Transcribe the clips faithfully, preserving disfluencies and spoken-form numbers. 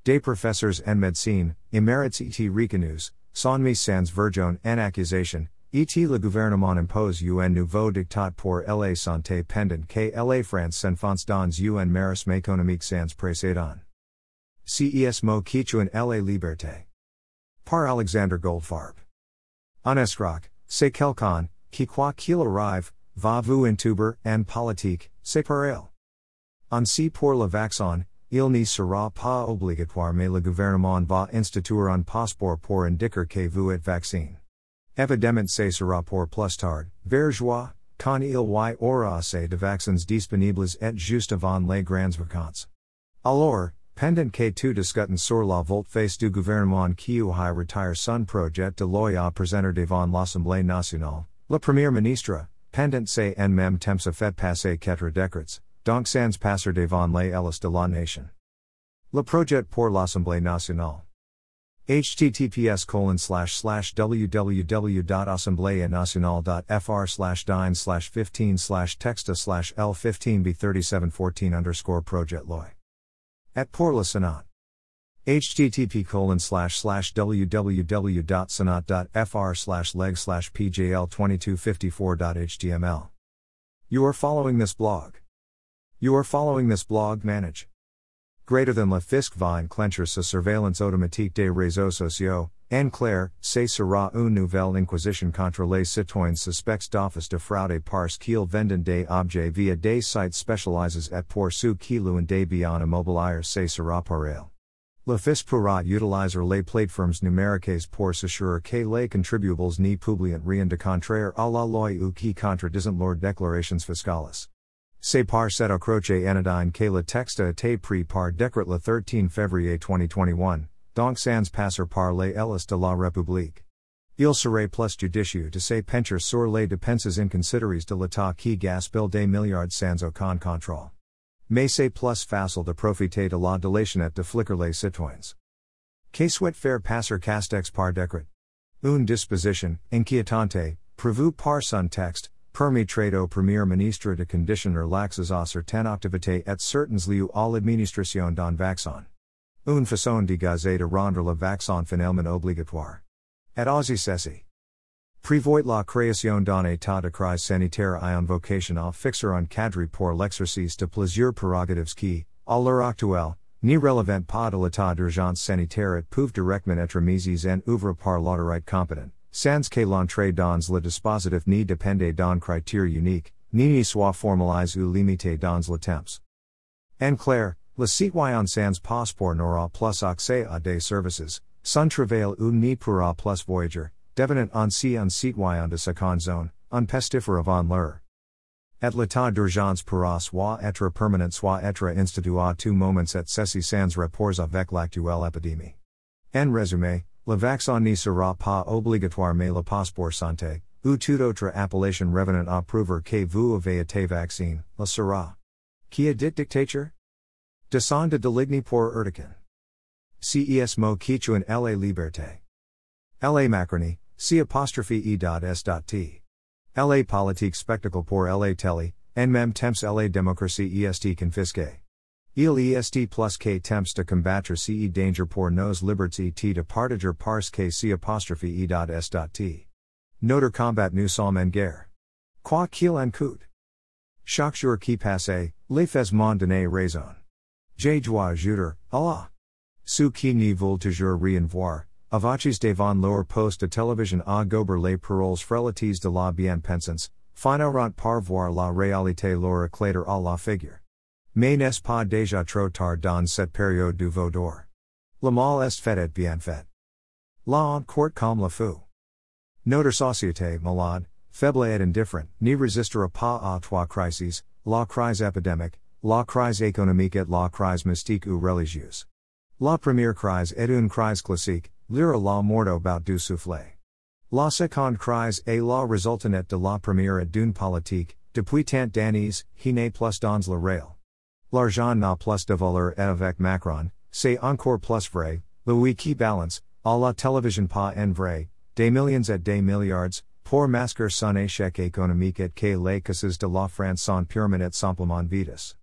Des professeurs en médecine, émérites et reconnus, sont mis sans vergogne en accusation, et le gouvernement impose un nouveau dictat pour la santé pendant que la France s'enfonce dans un marasme économique sans précédent. Ces mots quichuan la liberté. Par Alexander Goldfarb. Un escroc, c'est quelqu'un, qui quoi qu'il arrive, va vous intuber en politique, c'est pareil. Ainsi pour le vaccin, il n'y sera pas obligatoire mais le gouvernement va instituer un passeport pour indiquer que vous êtes vacciné. Évidemment ce sera pour plus tard, vers juin, quand il y aura assez de vaccins disponibles et juste avant les grandes vacances. Alors, pendant que tout discutent sur la volte-face du gouvernement qui a retire son projet de loi à présenter devant l'Assemblée nationale, le Premier ministre, pendant ce en même temps a fait passer quatre décrets, donc sans passer devant les élites de la nation. Le projet pour l'Assemblée nationale. https colon slash slash www.assembleanationale.fr slash dine slash 15 slash texta slash L fifteen B thirty-seven fourteen underscore projet loi. At pour le Sénat. http colon slash slash www.senat.fr slash leg slash pjl twenty-two fifty-four.html. You are following this blog. You are following this blog manage. Greater than le fisc va enclencher sa surveillance automatique des réseaux sociaux, en clair, ce sera une nouvelle inquisition contre les citoyens suspects d'office de fraude parce qu'ils vendent des objets via des sites spécialisés et pour ceux qui louent des biens immobiliers ce sera pareil. Le fisc pourra utiliser les plateformes numériques pour s'assurer que les contribuables n'y publient rien de contraire à la loi ou qui contredisent leurs déclarations fiscales. C'est par cet accroche anodyne que le texte a été pris par décret le treize février twenty twenty-one, donc sans passer par les élites de la République. Il serait plus judicieux de se pencher sur les dépenses inconsidérées de l'État qui gaspille des milliards sans aucun contrôle. Mais c'est plus facile de profiter de la délation de flicker les citoyens. Que souhaite faire passer Castex par décret? Une disposition, inquiétante, prévue par son texte, permettrait au Premier ministre de conditionner l'accès à certaines activités et certains lieux à l'administration d'un vaccin. Une façon de gazer de rendre le vaccin finalement obligatoire. Et aussi ceci. Prévoit la création d'un état de crise sanitaire et une vocation à fixer un cadre pour l'exercice de plusieurs prérogatives qui, à l'heure actuelle, ne relevant pas de l'état d'urgence sanitaire et peuvent directement être mises en œuvre par l'autorité compétente. Sans que l'entrée dans le dispositif ni dépende d'un critère unique, ni n'y soit formalisé ou limité dans le temps. En clair, le citoyen sans passeport n'aura plus accès à des services, sans travail ou n'y pourra plus voyager, devenant ainsi un citoyen de seconde zone, un pestiféré avant l'heure. Et l'état d'urgence pourra soit être permanent soit être institué à tout moment et ceci sans rapport avec l'actuelle épidémie. En résumé, le vaccin ne sera pas obligatoire mais le passeport santé, ou toute autre appellation revenant à prouver que vous avez été vacciné, le sera. Qui a dit dictature? Descend de deligny pour urtican. Ces mots quichuan la liberté. La Macronie, c apostrophe e.s.t. La politique spectacle pour la télé, en même temps la démocratie est confisquée. Il est plus que temps de combattre ce danger pour nos libertés et de partager parce que c apostrophe e.s.t. Notre combat nous sommes en guerre. Quoi qu'il en coûte. Chaque jour qui passe, les faits m'ont donné raison. Je dois ajouter, Allah. Ceux qui ne veulent toujours rien voir, avaches devant leur poste de télévision à gober les paroles frelaties de la bien-pensance, finiront par voir la réalité leur éclater à la figure. Mais n'est-ce pas déjà trop tard dans cette période du veau d'or? Le mal est fait et bien fait. La honte court comme le fou. Notre société malade, faible et indifferente, ne résistera pas à trois crises, la crise épidémique, la crise économique et la crise mystique ou religieuse. La première crise est une crise classique, lire la mort au bout du soufflet. La seconde crise est la résultante de la première et d'une politique, depuis tant d'années, qui n'est plus dans le réel. L'argent n'a plus de valeur et avec Macron, c'est encore plus vrai, le oui qui balance, à la télévision pas en vrai, des millions et des milliards, pour masquer son échec économique et que les cases de la France sont purement et simplement vides.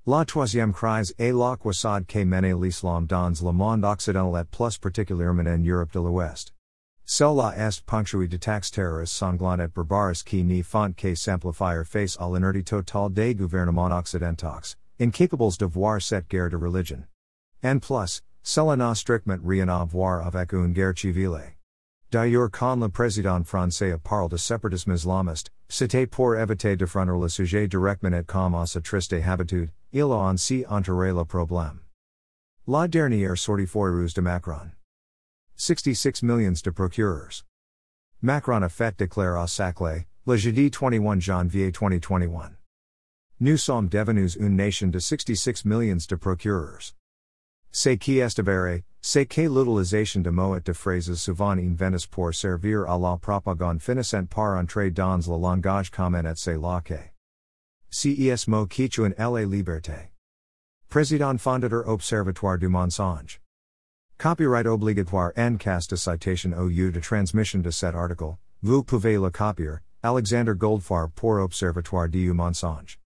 La troisième crise est la croisade que mène l'islam dans le monde occidental et plus particulièrement en Europe de l'Ouest. Cela est ponctuée d'attaques terroristes sanglantes et barbares qui ne font que s'amplifier face à l'inertie totale des gouvernements occidentaux, incapables de voir cette guerre de religion. En plus, cela n'a strictement rien à voir avec une guerre civile. D'ailleurs quand le président français parle de séparatisme islamiste, c'était pour éviter d'affronter le sujet directement et comme à sa triste habitude, il a ainsi enterré le problème. La dernière sortie foireuse de Macron. sixty-six millions de procureurs. Macron a fait déclarer à Saclay, le jeudi twenty-one janvier twenty twenty-one. Nous sommes devenus une nation de sixty-six millions de procureurs. C'est qui est avéré, c'est que l'utilisation de mots et de phrases souvent inventées pour servir à la propagande finissant par entrer dans le langage commun et c'est là que ces mots qui tuent la liberté. Président fondateur Observatoire du mensonge. Copyright obligatoire en cas de citation au lieu de transmission de cet article, vous pouvez le copier, Alexander Goldfarb pour Observatoire du mensonge.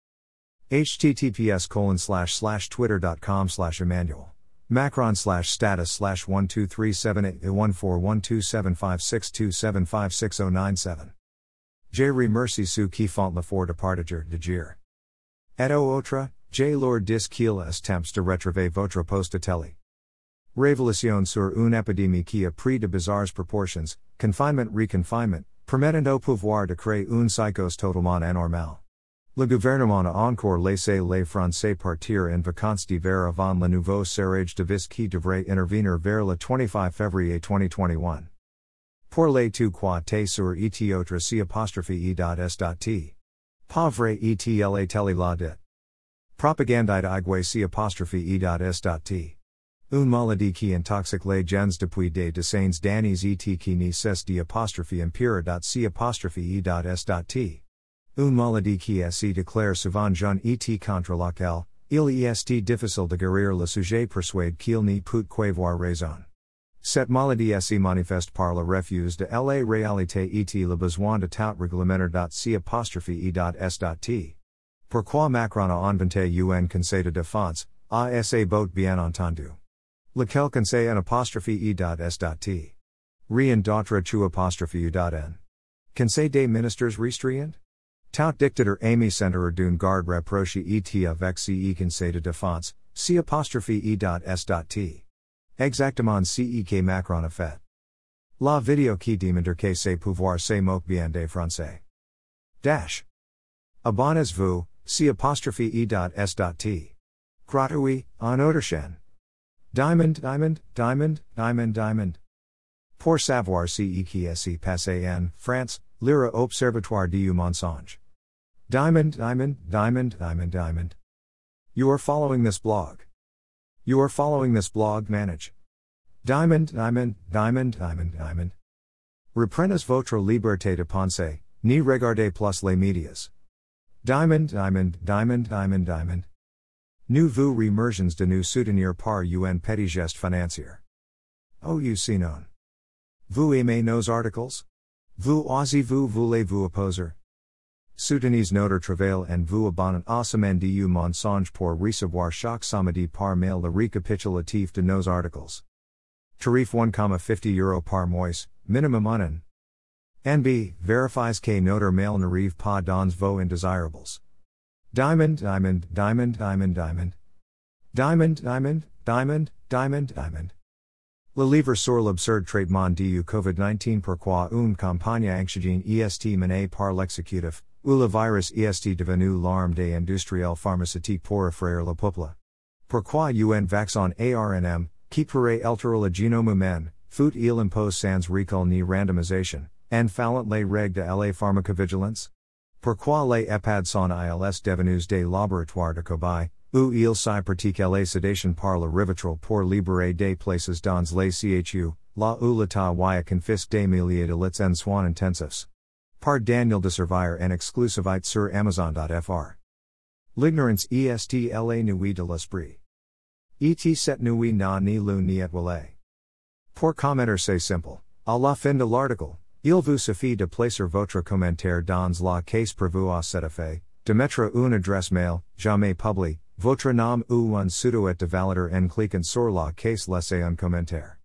https colon slash slash twitter.com slash Emmanuel. Macron slash status slash one two three seven eight one four one two seven five six two seven five six zero nine seven. Je remercie ceux qui font l'effort de partager de dire. Et au autre, je leur dis qu'il est temps de retrouver votre poste de télé. Révélation sur une épidémie qui a pris de bizarres proportions, confinement reconfinement, permettant au pouvoir de créer une psychose totalement anormale. Le gouvernement a encore laissé les Français partir en vacances d'hiver avant le nouveau serrage de vis qui devrait intervenir vers le twenty-five février twenty twenty-one. Pour les tout quoi te sur et autres c apostrophe e.s.t. Pauvre et la tele la dit. Propagandite igwe c apostrophe e.s.t. Une maladie qui intoxique les gens depuis des décennies d'années et qui ne cesse de apostrophe empire.c apostrophe e.s.t. Une maladie qui est déclare souvent jeune et contre laquelle, il est difficile de guérir le sujet persuade qu'il n'y peut qu'avoir raison. Cette maladie est manifeste par le refus de la réalité et le besoin de tout réglementaire.c apostrophe e.s.t. Pourquoi Macron a inventé un conseil de défense, a sa botte bien entendu. Lequel conseil en apostrophe e.s.t. Rien d'autre tu apostrophe u.n. Conseil des ministres restreint? Tout dictateur ami centre d'une garde rapprochée et avec ce conseil de défense, c apostrophe e.s.t. Exactement ce que Macron a fait. La vidéo qui démontre que ses pouvoirs se moquent bien des Français. Dash. Abonnez-vous, c apostrophe e.s.t. Gratuit, en autre chaîne. Diamond, diamond, diamond, diamond, diamond. Pour savoir ce qui s'est passé en France, lire Observatoire du mensonge. Diamond, diamond, diamond, diamond, diamond. You are following this blog. You are following this blog manage. Diamond, diamond, diamond, diamond, diamond. Reprenez votre liberté de penser, ni regardez plus les médias. Diamond, diamond, diamond, diamond, diamond. Nous vous remercions de nous soutenir par un petit geste financier. Oh, you see non. Vous aimez nos articles? Vous osez-vous voulez-vous opposer? Soutenez notre travail en vous abonnant à Semaine du mensonge pour recevoir chaque samedi par mail le récapitulatif de nos articles. Tarif one fifty euro par mois, minimum un an. N B, vérifies que notre mail n'arrive pas dans vos indésirables. Diamond, diamond, diamond, diamond, diamond. Diamond, diamond, diamond, diamond, diamond. Le livre sur l'absurde traitement du covid nineteen pourquoi une campagne anxiogène est menée par l'exécutif, où le virus est devenu l'arme des industriels pharmaceutiques pour effrayer le peuple. Pourquoi un vaccin A R N M, qui pourrait altérer le génome humain, faut il impose sans recul ni randomisation, en fallent les règles de la pharmacovigilance? Pourquoi les EHPAD sont ils devenus des laboratoires de cobayes, où il s'y pratique la sédation par le Rivotril pour libérer des places dans les C H U, là où l'État y confisque des milliers de litres en soins intensifs. Par Daniel de Servier en exclusivité sur Amazon.fr. L'ignorance est la nuit de l'esprit. Et cette nuit n'a ni lune ni étoile. Pour commenter c'est simple, à la fin de l'article, il vous suffit de placer votre commentaire dans la case prévue à cet effet, de mettre une adresse mail, jamais publiée, Votre nom ou un pseudo et de valider en cliquant sur la case laissée un commentaire.